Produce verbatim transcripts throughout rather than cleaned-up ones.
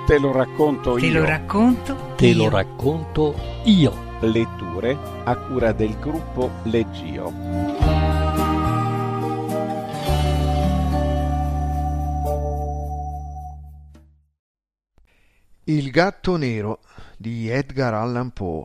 Te lo racconto Te io. lo racconto Te io. lo racconto io. Letture a cura del gruppo Leggio. Il gatto nero di Edgar Allan Poe.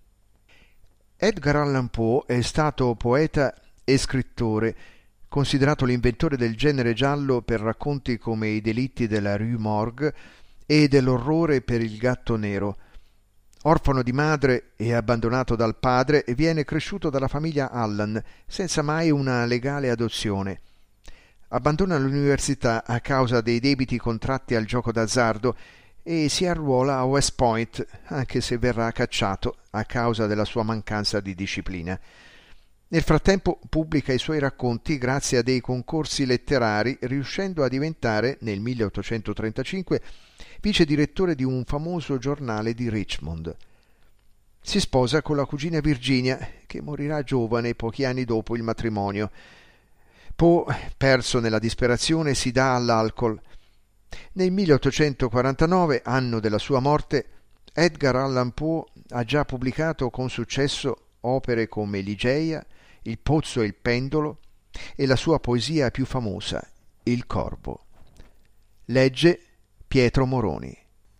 Edgar Allan Poe è stato poeta e scrittore, considerato l'inventore del genere giallo per racconti come I delitti della Rue Morgue e dell'orrore per il gatto nero. Orfano di madre e abbandonato dal padre, viene cresciuto dalla famiglia Allan senza mai una legale adozione. Abbandona l'università a causa dei debiti contratti al gioco d'azzardo e si arruola a West Point, anche se verrà cacciato a causa della sua mancanza di disciplina. Nel frattempo pubblica i suoi racconti grazie a dei concorsi letterari, riuscendo a diventare, nel milleottocentotrentacinque, vice direttore di un famoso giornale di Richmond. Si sposa con la cugina Virginia, che morirà giovane pochi anni dopo il matrimonio. Poe, perso nella disperazione, si dà all'alcol. Nel milleottocentoquarantanove, anno della sua morte, Edgar Allan Poe ha già pubblicato con successo opere come Ligeia, Il pozzo e il pendolo e la sua poesia più famosa, Il corvo. Legge Pietro Moroni.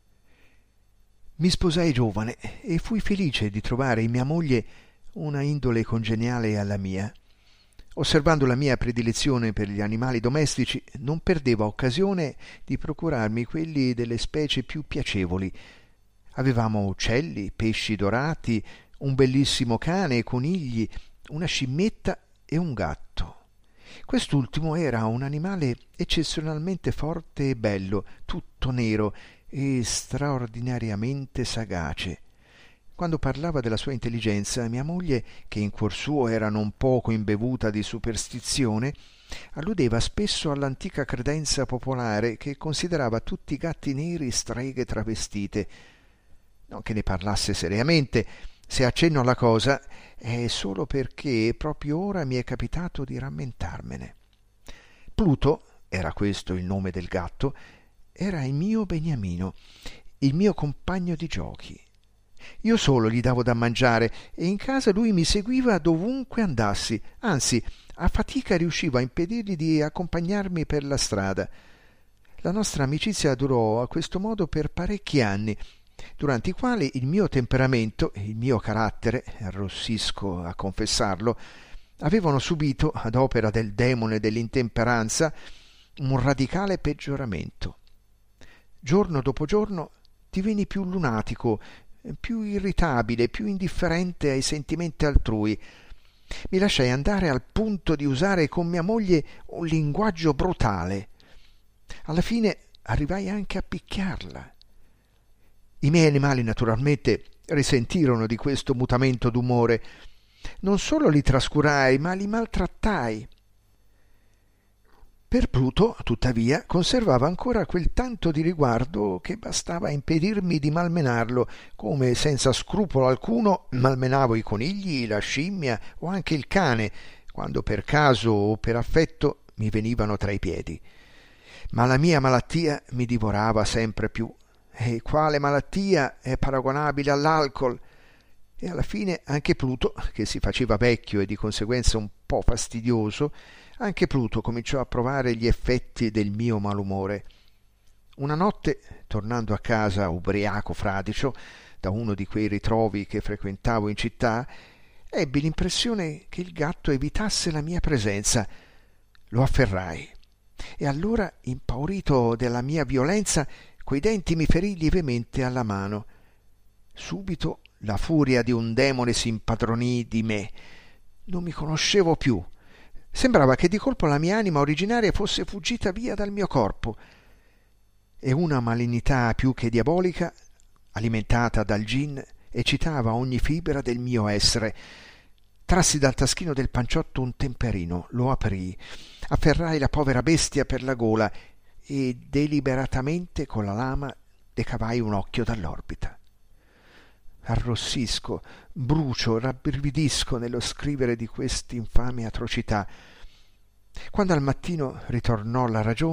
Mi sposai giovane e fui felice di trovare in mia moglie una indole congeniale alla mia. Osservando la mia predilezione per gli animali domestici, non perdeva occasione di procurarmi quelli delle specie più piacevoli. Avevamo uccelli, pesci dorati, un bellissimo cane, conigli, una scimmietta e un gatto. Quest'ultimo era un animale eccezionalmente forte e bello, tutto nero e straordinariamente sagace. Quando parlava della sua intelligenza, mia moglie, che in cuor suo era non poco imbevuta di superstizione, alludeva spesso all'antica credenza popolare che considerava tutti i gatti neri streghe travestite. Non che ne parlasse seriamente. Se accenno alla cosa è solo perché proprio ora mi è capitato di rammentarmene. Pluto, era questo il nome del gatto, era il mio beniamino, il mio compagno di giochi. Io solo gli davo da mangiare e in casa lui mi seguiva dovunque andassi, anzi, a fatica riuscivo a impedirgli di accompagnarmi per la strada. La nostra amicizia durò a questo modo per parecchi anni, durante i quali il mio temperamento e il mio carattere, arrossisco a confessarlo, avevano subito, ad opera del demone dell'intemperanza, un radicale peggioramento. Giorno dopo giorno divenni più lunatico, più irritabile, più indifferente ai sentimenti altrui. Mi lasciai andare al punto di usare con mia moglie un linguaggio brutale. Alla fine arrivai anche a picchiarla. I miei animali naturalmente risentirono di questo mutamento d'umore. Non solo li trascurai, ma li maltrattai. Per Pluto, tuttavia, conservava ancora quel tanto di riguardo che bastava a impedirmi di malmenarlo, come senza scrupolo alcuno malmenavo i conigli, la scimmia o anche il cane, quando per caso o per affetto mi venivano tra i piedi. Ma la mia malattia mi divorava sempre più. E quale malattia è paragonabile all'alcol? E alla fine anche Pluto, che si faceva vecchio e di conseguenza un po' fastidioso, anche Pluto cominciò a provare gli effetti del mio malumore. Una notte, tornando a casa ubriaco fradicio, da uno di quei ritrovi che frequentavo in città, ebbi l'impressione che il gatto evitasse la mia presenza. Lo afferrai e allora, impaurito della mia violenza, coi denti mi ferì lievemente alla mano. Subito la furia di un demone s'impadronì di me. Non mi conoscevo più. Sembrava che di colpo la mia anima originaria fosse fuggita via dal mio corpo. E una malignità più che diabolica, alimentata dal gin, eccitava ogni fibra del mio essere. Trassi dal taschino del panciotto un temperino, lo aprii, afferrai la povera bestia per la gola e deliberatamente con la lama decavai un occhio dall'orbita. Arrossisco, brucio, rabbrividisco nello scrivere di quest'infame atrocità. Quando al mattino ritornò la ragione,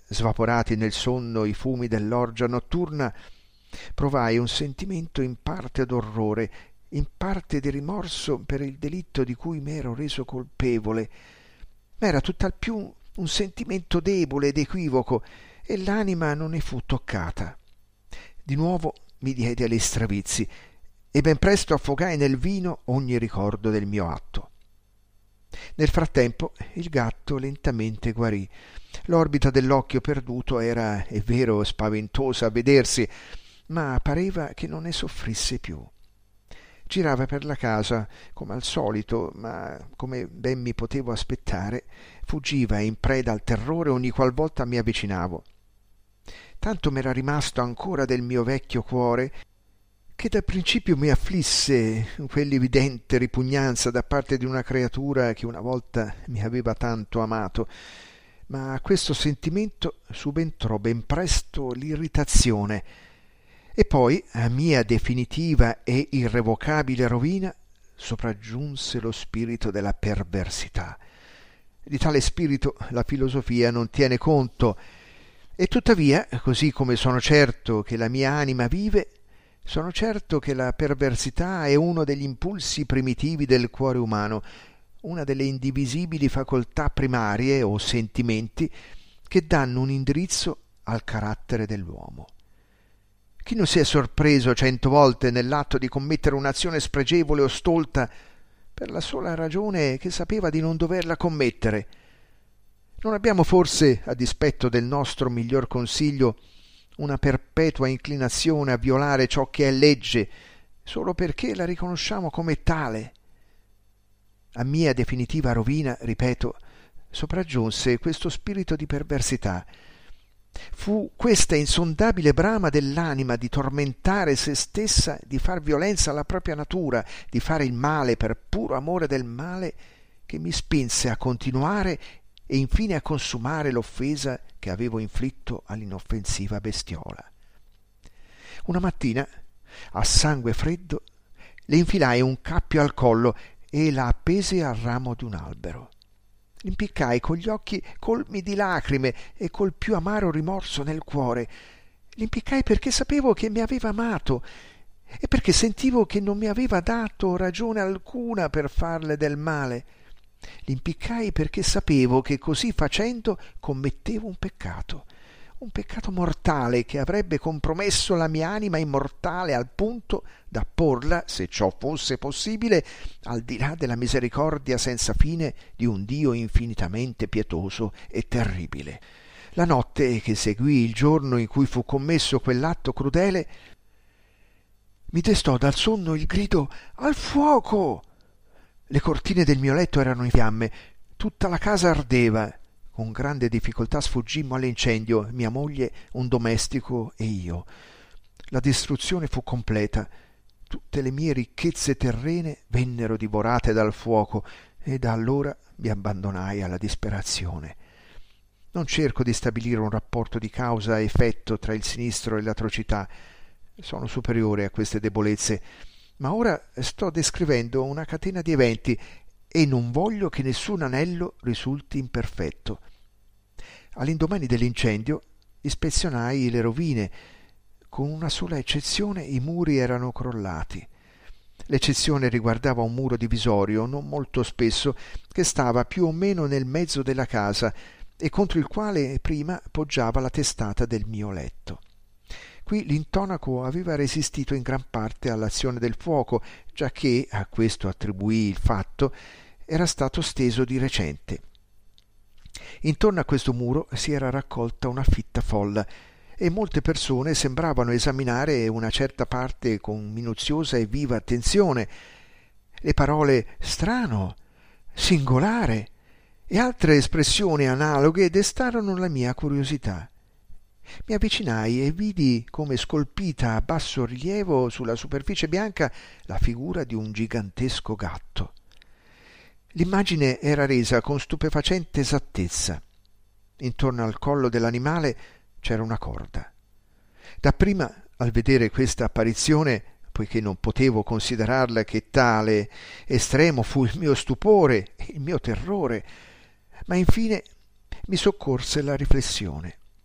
svaporati nel sonno i fumi dell'orgia notturna, provai un sentimento in parte d'orrore, in parte di rimorso per il delitto di cui m'ero reso colpevole, ma era tutt'al più un sentimento debole ed equivoco, e l'anima non ne fu toccata. Di nuovo mi diedi agli stravizi e ben presto affogai nel vino ogni ricordo del mio atto. Nel frattempo il gatto lentamente guarì. L'orbita dell'occhio perduto era, è vero, spaventosa a vedersi, ma pareva che non ne soffrisse più. Girava per la casa come al solito, ma, come ben mi potevo aspettare, fuggiva in preda al terrore ogni qualvolta mi avvicinavo. Tanto m'era rimasto ancora del mio vecchio cuore che da principio mi afflisse quell'evidente ripugnanza da parte di una creatura che una volta mi aveva tanto amato, ma a questo sentimento subentrò ben presto l'irritazione, e poi, a mia definitiva e irrevocabile rovina, sopraggiunse lo spirito della perversità. Di tale spirito la filosofia non tiene conto, e tuttavia, così come sono certo che la mia anima vive, sono certo che la perversità è uno degli impulsi primitivi del cuore umano, una delle indivisibili facoltà primarie o sentimenti che danno un indirizzo al carattere dell'uomo. Chi non si è sorpreso cento volte nell'atto di commettere un'azione spregevole o stolta per la sola ragione che sapeva di non doverla commettere? Non abbiamo forse, a dispetto del nostro miglior consiglio, una perpetua inclinazione a violare ciò che è legge solo perché la riconosciamo come tale? A mia definitiva rovina, ripeto, sopraggiunse questo spirito di perversità. Fu questa insondabile brama dell'anima di tormentare se stessa, di far violenza alla propria natura, di fare il male per puro amore del male, che mi spinse a continuare e infine a consumare l'offesa che avevo inflitto all'inoffensiva bestiola. Una mattina, a sangue freddo, le infilai un cappio al collo e la appesi al ramo di un albero. L'impiccai con gli occhi colmi di lacrime e col più amaro rimorso nel cuore. L'impiccai perché sapevo che mi aveva amato e perché sentivo che non mi aveva dato ragione alcuna per farle del male. L'impiccai perché sapevo che così facendo commettevo un peccato, un peccato mortale che avrebbe compromesso la mia anima immortale al punto da porla, se ciò fosse possibile, al di là della misericordia senza fine di un Dio infinitamente pietoso e terribile. La notte che seguì il giorno in cui fu commesso quell'atto crudele mi destò dal sonno il grido «Al fuoco!». Le cortine del mio letto erano in fiamme, tutta la casa ardeva. Con grande difficoltà sfuggimmo all'incendio, mia moglie, un domestico e io. La distruzione fu completa. Tutte le mie ricchezze terrene vennero divorate dal fuoco e da allora mi abbandonai alla disperazione. Non cerco di stabilire un rapporto di causa-effetto tra il sinistro e l'atrocità. Sono superiore a queste debolezze. Ma ora sto descrivendo una catena di eventi e non voglio che nessun anello risulti imperfetto. All'indomani dell'incendio ispezionai le rovine. Con una sola eccezione i muri erano crollati. L'eccezione riguardava un muro divisorio, non molto spesso, che stava più o meno nel mezzo della casa e contro il quale prima poggiava la testata del mio letto. Qui l'intonaco aveva resistito in gran parte all'azione del fuoco, giacché, a questo attribuì il fatto, era stato steso di recente. Intorno a questo muro si era raccolta una fitta folla e molte persone sembravano esaminare una certa parte con minuziosa e viva attenzione. Le parole «strano», «singolare» e altre espressioni analoghe destarono la mia curiosità. Mi avvicinai e vidi come scolpita a basso rilievo sulla superficie bianca la figura di un gigantesco gatto. L'immagine era resa con stupefacente esattezza. Intorno al collo dell'animale c'era una corda. Dapprima, al vedere questa apparizione, poiché non potevo considerarla che tale, estremo fu il mio stupore e il mio terrore, ma infine mi soccorse la riflessione.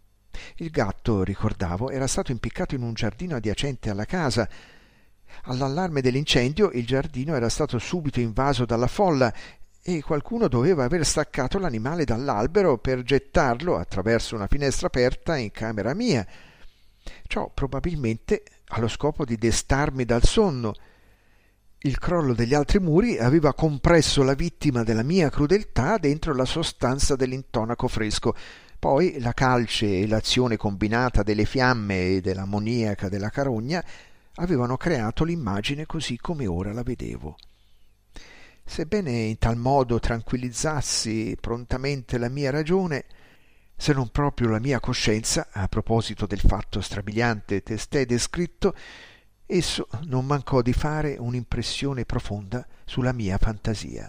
Il gatto, ricordavo, era stato impiccato in un giardino adiacente alla casa. All'allarme dell'incendio il giardino era stato subito invaso dalla folla e qualcuno doveva aver staccato l'animale dall'albero per gettarlo attraverso una finestra aperta in camera mia. Ciò probabilmente allo scopo di destarmi dal sonno. Il crollo degli altri muri aveva compresso la vittima della mia crudeltà dentro la sostanza dell'intonaco fresco. Poi la calce e l'azione combinata delle fiamme e dell'ammoniaca della carogna avevano creato l'immagine così come ora la vedevo. Sebbene in tal modo tranquillizzasse prontamente la mia ragione, se non proprio la mia coscienza, a proposito del fatto strabiliante testè descritto, esso non mancò di fare un'impressione profonda sulla mia fantasia.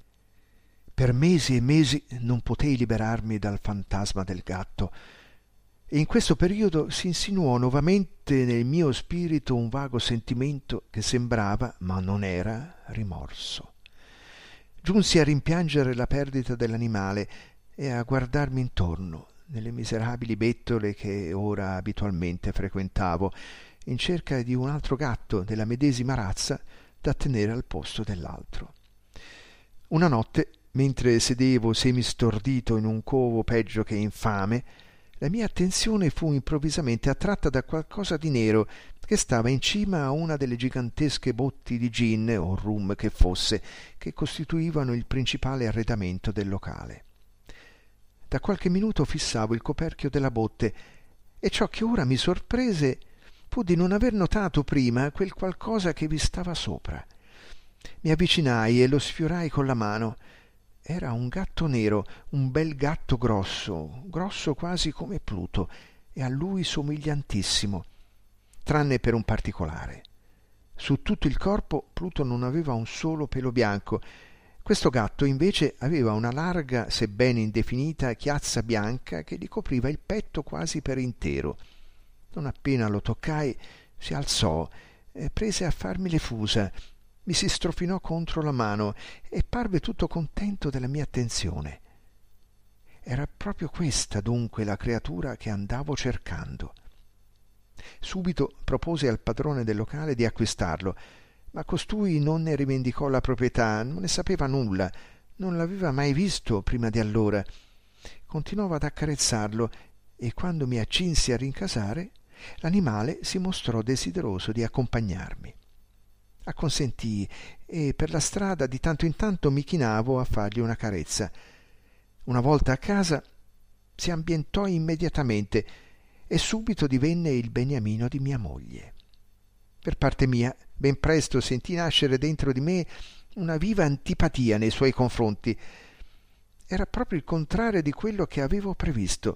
Per mesi e mesi non potei liberarmi dal fantasma del gatto, e in questo periodo si insinuò nuovamente nel mio spirito un vago sentimento che sembrava, ma non era, rimorso. Giunsi a rimpiangere la perdita dell'animale e a guardarmi intorno nelle miserabili bettole che ora abitualmente frequentavo, in cerca di un altro gatto della medesima razza da tenere al posto dell'altro. Una notte, mentre sedevo semistordito in un covo peggio che infame, la mia attenzione fu improvvisamente attratta da qualcosa di nero che stava in cima a una delle gigantesche botti di gin o rum che fosse, che costituivano il principale arredamento del locale. Da qualche minuto fissavo il coperchio della botte e ciò che ora mi sorprese fu di non aver notato prima quel qualcosa che vi stava sopra. Mi avvicinai e lo sfiorai con la mano. Era un gatto nero, un bel gatto grosso, grosso quasi come Pluto, e a lui somigliantissimo, tranne per un particolare. Su tutto il corpo Pluto non aveva un solo pelo bianco. Questo gatto invece aveva una larga, sebbene indefinita, chiazza bianca che gli copriva il petto quasi per intero. Non appena lo toccai, si alzò, e prese a farmi le fusa, mi si strofinò contro la mano e parve tutto contento della mia attenzione. Era proprio questa dunque la creatura che andavo cercando. Subito propose al padrone del locale di acquistarlo, ma costui non ne rivendicò la proprietà, non ne sapeva nulla, non l'aveva mai visto prima di allora. Continuavo ad accarezzarlo e quando mi accinsi a rincasare, l'animale si mostrò desideroso di accompagnarmi. Acconsentii e per la strada di tanto in tanto mi chinavo a fargli una carezza. Una volta a casa si ambientò immediatamente e subito divenne il beniamino di mia moglie. Per parte mia, ben presto sentii nascere dentro di me una viva antipatia nei suoi confronti. Era proprio il contrario di quello che avevo previsto,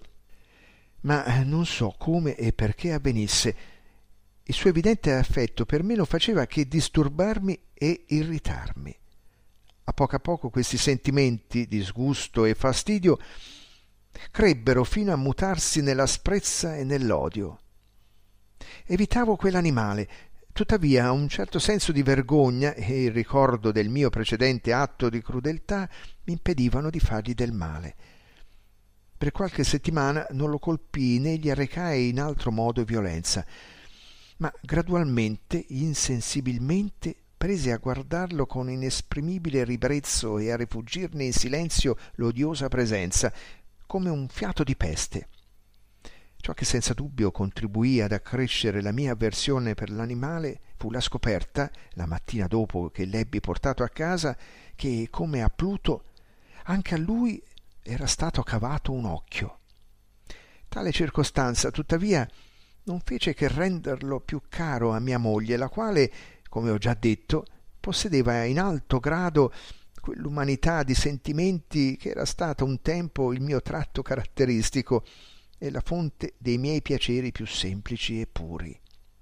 ma non so come e perché avvenisse. Il suo evidente affetto per me non faceva che disturbarmi e irritarmi. A poco a poco questi sentimenti, disgusto e fastidio, crebbero fino a mutarsi nell'asprezza e nell'odio. Evitavo quell'animale, tuttavia un certo senso di vergogna e il ricordo del mio precedente atto di crudeltà mi impedivano di fargli del male. Per qualche settimana non lo colpii né gli arrecai in altro modo violenza, ma gradualmente, insensibilmente, prese a guardarlo con inesprimibile ribrezzo e a rifugirne in silenzio l'odiosa presenza, come un fiato di peste. Ciò che senza dubbio contribuì ad accrescere la mia avversione per l'animale fu la scoperta, la mattina dopo che l'ebbi portato a casa, che, come a Pluto, anche a lui era stato cavato un occhio. Tale circostanza, tuttavia, non fece che renderlo più caro a mia moglie, la quale, come ho già detto, possedeva in alto grado quell'umanità di sentimenti che era stata un tempo il mio tratto caratteristico e la fonte dei miei piaceri più semplici e puri.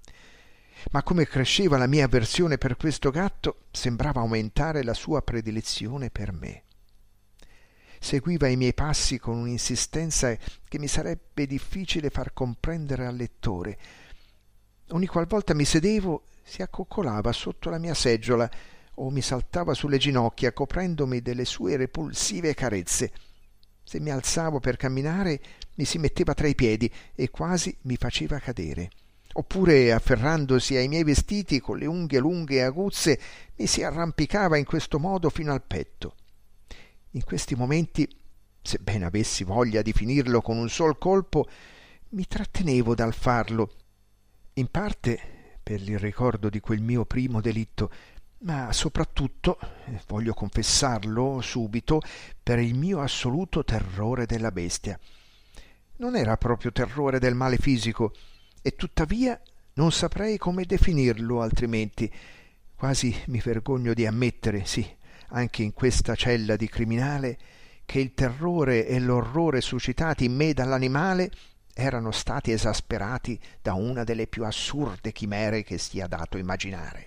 Ma come cresceva la mia avversione per questo gatto, sembrava aumentare la sua predilezione per me. Seguiva i miei passi con un'insistenza che mi sarebbe difficile far comprendere al lettore. Ogni qualvolta mi sedevo, si accoccolava sotto la mia seggiola o mi saltava sulle ginocchia, coprendomi delle sue repulsive carezze. Se mi alzavo per camminare, mi si metteva tra i piedi e quasi mi faceva cadere. Oppure, afferrandosi ai miei vestiti con le unghie lunghe e aguzze, mi si arrampicava in questo modo fino al petto. In questi momenti, sebbene avessi voglia di finirlo con un sol colpo, mi trattenevo dal farlo, in parte per il ricordo di quel mio primo delitto, ma soprattutto, voglio confessarlo subito, per il mio assoluto terrore della bestia. Non era proprio terrore del male fisico, e tuttavia non saprei come definirlo altrimenti. Quasi mi vergogno di ammettere, sì, anche in questa cella di criminale, che il terrore e l'orrore suscitati in me dall'animale erano stati esasperati da una delle più assurde chimere che sia dato immaginare.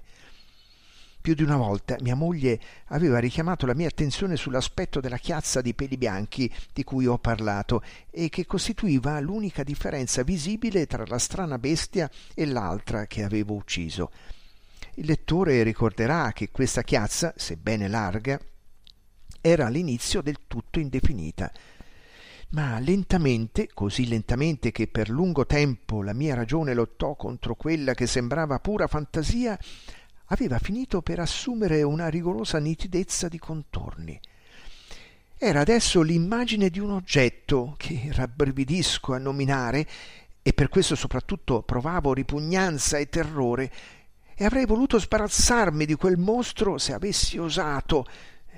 Più di una volta mia moglie aveva richiamato la mia attenzione sull'aspetto della chiazza di peli bianchi di cui ho parlato e che costituiva l'unica differenza visibile tra la strana bestia e l'altra che avevo ucciso. Il lettore ricorderà che questa chiazza, sebbene larga, era all'inizio del tutto indefinita. Ma lentamente, così lentamente che per lungo tempo la mia ragione lottò contro quella che sembrava pura fantasia, aveva finito per assumere una rigorosa nitidezza di contorni. Era adesso l'immagine di un oggetto che rabbrividisco a nominare, e per questo soprattutto provavo ripugnanza e terrore, e avrei voluto sbarazzarmi di quel mostro se avessi osato.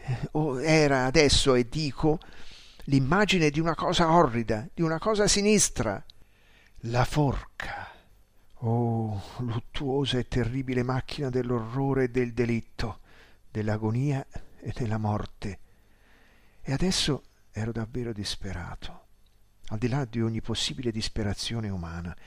O era adesso, e dico, l'immagine di una cosa orrida, di una cosa sinistra, la forca. Oh, luttuosa e terribile macchina dell'orrore e del delitto, dell'agonia e della morte. E adesso ero davvero disperato, al di là di ogni possibile disperazione umana,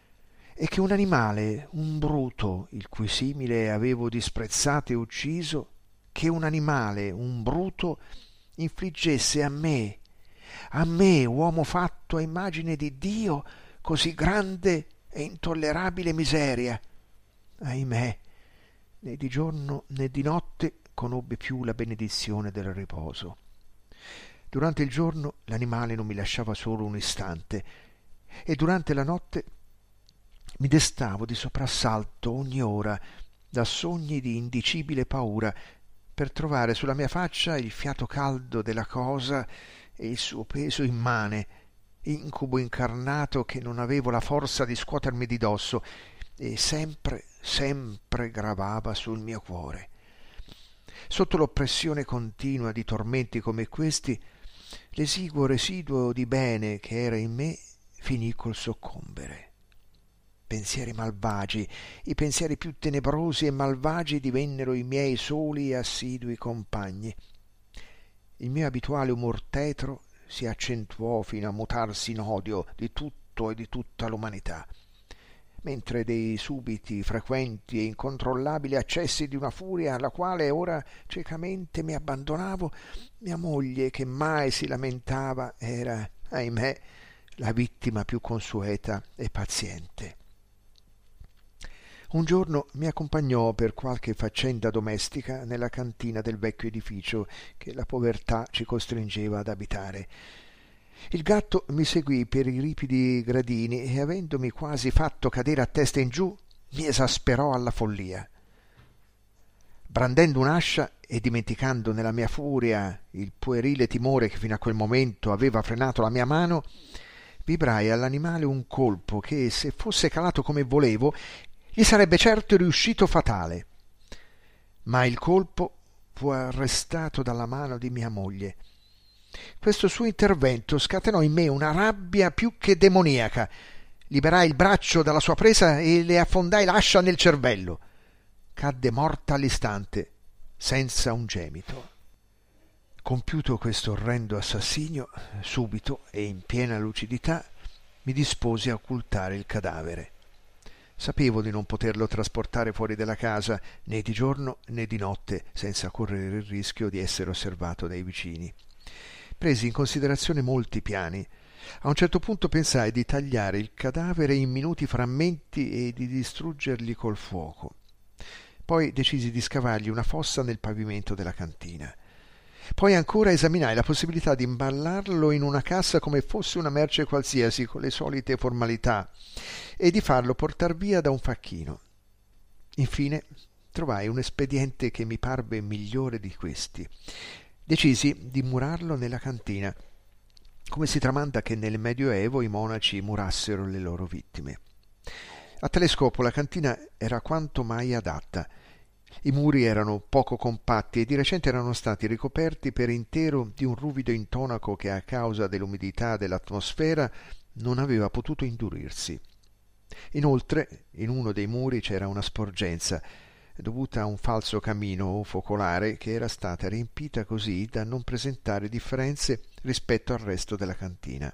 e che un animale, un bruto, il cui simile avevo disprezzato e ucciso, che un animale, un bruto, infliggesse a me, a me, uomo fatto a immagine di Dio, così grande e intollerabile miseria. Ahimè, né di giorno né di notte conobbe più la benedizione del riposo. Durante il giorno l'animale non mi lasciava solo un istante, e durante la notte mi destavo di soprassalto ogni ora da sogni di indicibile paura, per trovare sulla mia faccia il fiato caldo della cosa e il suo peso immane, incubo incarnato che non avevo la forza di scuotermi di dosso e sempre, sempre gravava sul mio cuore. Sotto l'oppressione continua di tormenti come questi, l'esiguo residuo di bene che era in me finì col soccombere. Pensieri malvagi, i pensieri più tenebrosi e malvagi divennero i miei soli e assidui compagni. Il mio abituale umor tetro si accentuò fino a mutarsi in odio di tutto e di tutta l'umanità, mentre dei subiti, frequenti e incontrollabili accessi di una furia alla quale ora ciecamente mi abbandonavo, mia moglie, che mai si lamentava, era, ahimè, la vittima più consueta e paziente. Un giorno mi accompagnò per qualche faccenda domestica nella cantina del vecchio edificio che la povertà ci costringeva ad abitare. Il gatto mi seguì per i ripidi gradini e, avendomi quasi fatto cadere a testa in giù, mi esasperò alla follia. Brandendo un'ascia e dimenticando nella mia furia il puerile timore che fino a quel momento aveva frenato la mia mano, vibrai all'animale un colpo che, se fosse calato come volevo, gli sarebbe certo riuscito fatale. Ma il colpo fu arrestato dalla mano di mia moglie. Questo suo intervento scatenò in me una rabbia più che demoniaca. Liberai il braccio dalla sua presa e le affondai l'ascia nel cervello. Cadde morta all'istante, senza un gemito. Compiuto questo orrendo assassinio, subito e in piena lucidità, mi disposi a occultare il cadavere. Sapevo di non poterlo trasportare fuori dalla casa, né di giorno né di notte, senza correre il rischio di essere osservato dai vicini. Presi in considerazione molti piani. A un certo punto pensai di tagliare il cadavere in minuti frammenti e di distruggerli col fuoco. Poi decisi di scavargli una fossa nel pavimento della cantina. Poi ancora esaminai la possibilità di imballarlo in una cassa come fosse una merce qualsiasi, con le solite formalità, e di farlo portar via da un facchino. Infine trovai un espediente che mi parve migliore di questi. Decisi di murarlo nella cantina, come si tramanda che nel Medioevo i monaci murassero le loro vittime. A tale scopo la cantina era quanto mai adatta. I muri erano poco compatti e di recente erano stati ricoperti per intero di un ruvido intonaco che a causa dell'umidità dell'atmosfera non aveva potuto indurirsi. Inoltre, in uno dei muri c'era una sporgenza, dovuta a un falso camino o focolare che era stata riempita così da non presentare differenze rispetto al resto della cantina.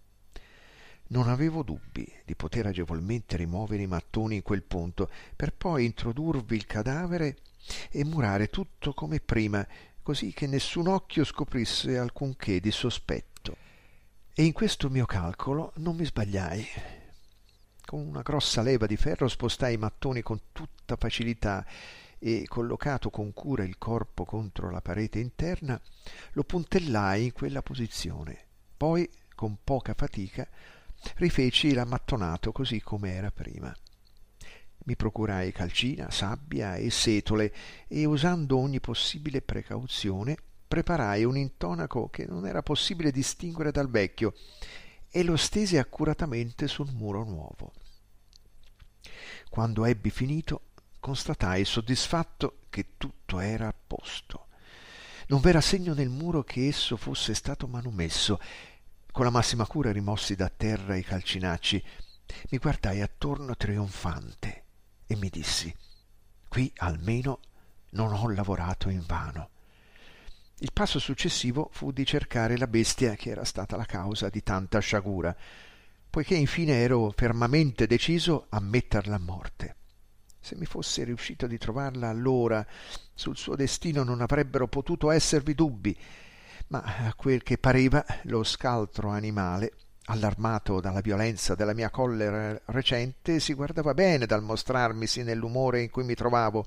Non avevo dubbi di poter agevolmente rimuovere i mattoni in quel punto, per poi introdurvi il cadavere e murare tutto come prima, così che nessun occhio scoprisse alcunché di sospetto. E in questo mio calcolo non mi sbagliai. Con una grossa leva di ferro spostai i mattoni con tutta facilità e, collocato con cura il corpo contro la parete interna, lo puntellai in quella posizione. Poi, con poca fatica, rifeci l'ammattonato così come era prima. Mi procurai calcina, sabbia e setole e, usando ogni possibile precauzione, preparai un intonaco che non era possibile distinguere dal vecchio e lo stesi accuratamente sul muro nuovo. Quando ebbi finito, constatai soddisfatto che tutto era a posto. Non v'era segno nel muro che esso fosse stato manomesso. Con la massima cura rimossi da terra i calcinacci, mi guardai attorno trionfante e mi dissi: qui almeno non ho lavorato invano. Il passo successivo fu di cercare la bestia che era stata la causa di tanta sciagura, poiché infine ero fermamente deciso a metterla a morte. Se mi fosse riuscito di trovarla allora, sul suo destino non avrebbero potuto esservi dubbi, ma a quel che pareva lo scaltro animale, allarmato dalla violenza della mia collera recente, si guardava bene dal mostrarmisi nell'umore in cui mi trovavo.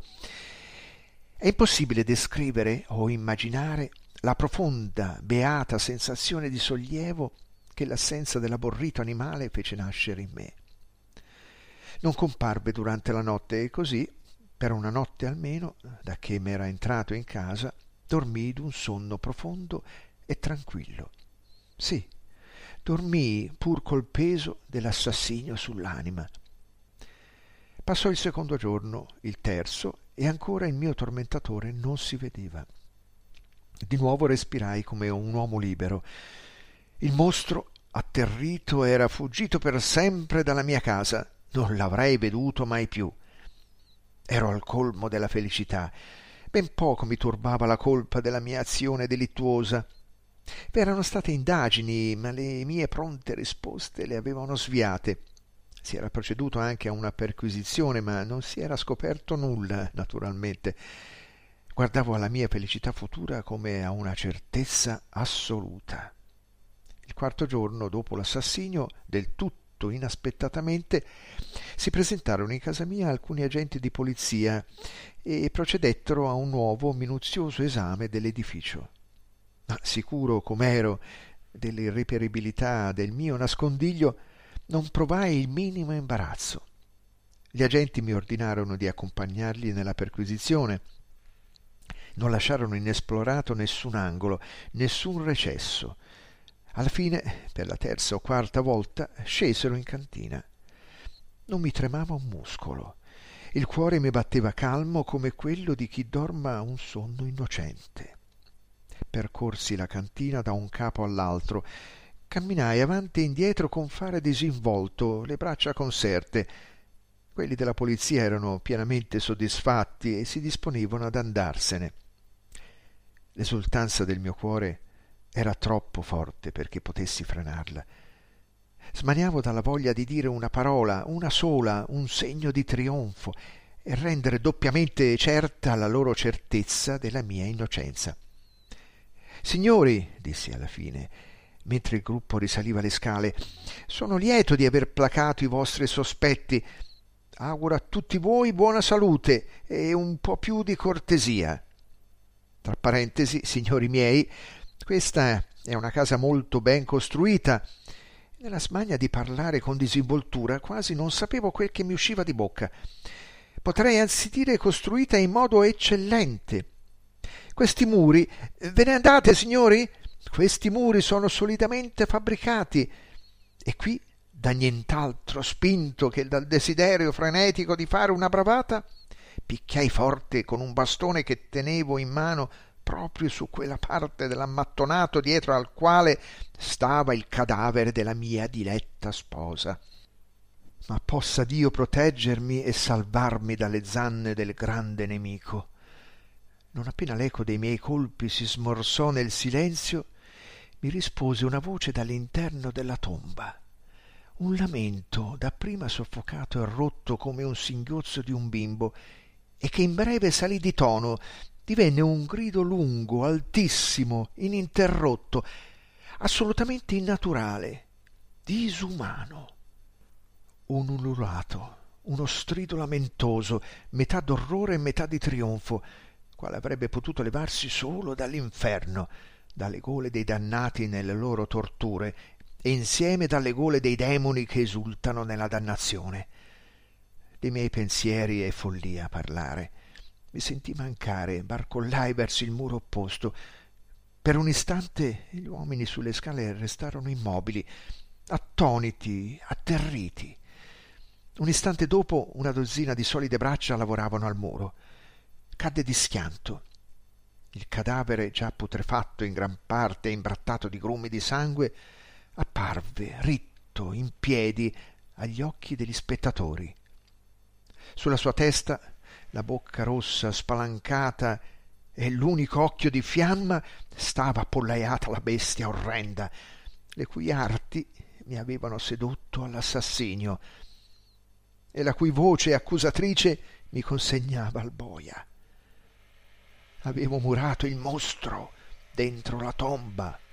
È impossibile descrivere o immaginare la profonda, beata sensazione di sollievo che l'assenza dell'aborrito animale fece nascere in me. Non comparve durante la notte e così, per una notte almeno, da che m'era entrato in casa, dormii d'un sonno profondo e tranquillo. Sì, dormii pur col peso dell'assassinio sull'anima. Passò il secondo giorno, il terzo, e ancora il mio tormentatore non si vedeva. Di nuovo respirai come un uomo libero. Il mostro, atterrito, era fuggito per sempre dalla mia casa. Non l'avrei veduto mai più. Ero al colmo della felicità. Ben poco mi turbava la colpa della mia azione delittuosa. Vi erano state indagini, ma le mie pronte risposte le avevano sviate. Si era proceduto anche a una perquisizione, ma non si era scoperto nulla, naturalmente. Guardavo alla mia felicità futura come a una certezza assoluta. Il quarto giorno dopo l'assassinio, del tutto inaspettatamente, si presentarono in casa mia alcuni agenti di polizia e procedettero a un nuovo minuzioso esame dell'edificio. Ma sicuro com'ero dell'irreperibilità del mio nascondiglio, non provai il minimo imbarazzo. Gli agenti mi ordinarono di accompagnarli nella perquisizione. Non lasciarono inesplorato nessun angolo, nessun recesso. Alla fine, per la terza o quarta volta, scesero in cantina. Non mi tremava un muscolo. Il cuore mi batteva calmo come quello di chi dorma un sonno innocente. Percorsi la cantina da un capo all'altro. Camminai avanti e indietro con fare disinvolto, le braccia conserte. Quelli della polizia erano pienamente soddisfatti e si disponevano ad andarsene. L'esultanza del mio cuore era troppo forte perché potessi frenarla. Smaniavo dalla voglia di dire una parola, una sola, un segno di trionfo, e rendere doppiamente certa la loro certezza della mia innocenza. «Signori», dissi alla fine, mentre il gruppo risaliva le scale, «sono lieto di aver placato i vostri sospetti. Auguro a tutti voi buona salute e un po' più di cortesia». Tra parentesi, signori miei, questa è una casa molto ben costruita. Nella smania di parlare con disinvoltura quasi non sapevo quel che mi usciva di bocca. Potrei anzi dire costruita in modo eccellente. Questi muri, ve ne andate, signori? Questi muri sono solidamente fabbricati. E qui, da nient'altro spinto che dal desiderio frenetico di fare una bravata, picchiai forte con un bastone che tenevo in mano proprio su quella parte dell'ammattonato dietro al quale stava il cadavere della mia diletta sposa. Ma possa Dio proteggermi e salvarmi dalle zanne del grande nemico. Non appena l'eco dei miei colpi si smorzò nel silenzio, mi rispose una voce dall'interno della tomba. Un lamento, dapprima soffocato e rotto come un singhiozzo di un bimbo, e che in breve salì di tono, divenne un grido lungo, altissimo, ininterrotto, assolutamente innaturale, disumano. Un ululato, uno strido lamentoso, metà d'orrore e metà di trionfo, quale avrebbe potuto levarsi solo dall'inferno, dalle gole dei dannati nelle loro torture, e insieme dalle gole dei demoni che esultano nella dannazione. Dei miei pensieri è follia parlare. Mi sentii mancare, barcollai verso il muro opposto. Per un istante gli uomini sulle scale restarono immobili, attoniti, atterriti. Un istante dopo una dozzina di solide braccia lavoravano al muro. Cadde di schianto. Il cadavere, già putrefatto in gran parte e imbrattato di grumi di sangue, apparve ritto, in piedi, agli occhi degli spettatori. Sulla sua testa, la bocca rossa spalancata e l'unico occhio di fiamma, stava appollaiata la bestia orrenda, le cui arti mi avevano sedotto all'assassinio e la cui voce accusatrice mi consegnava al boia. Avevo murato il mostro dentro la tomba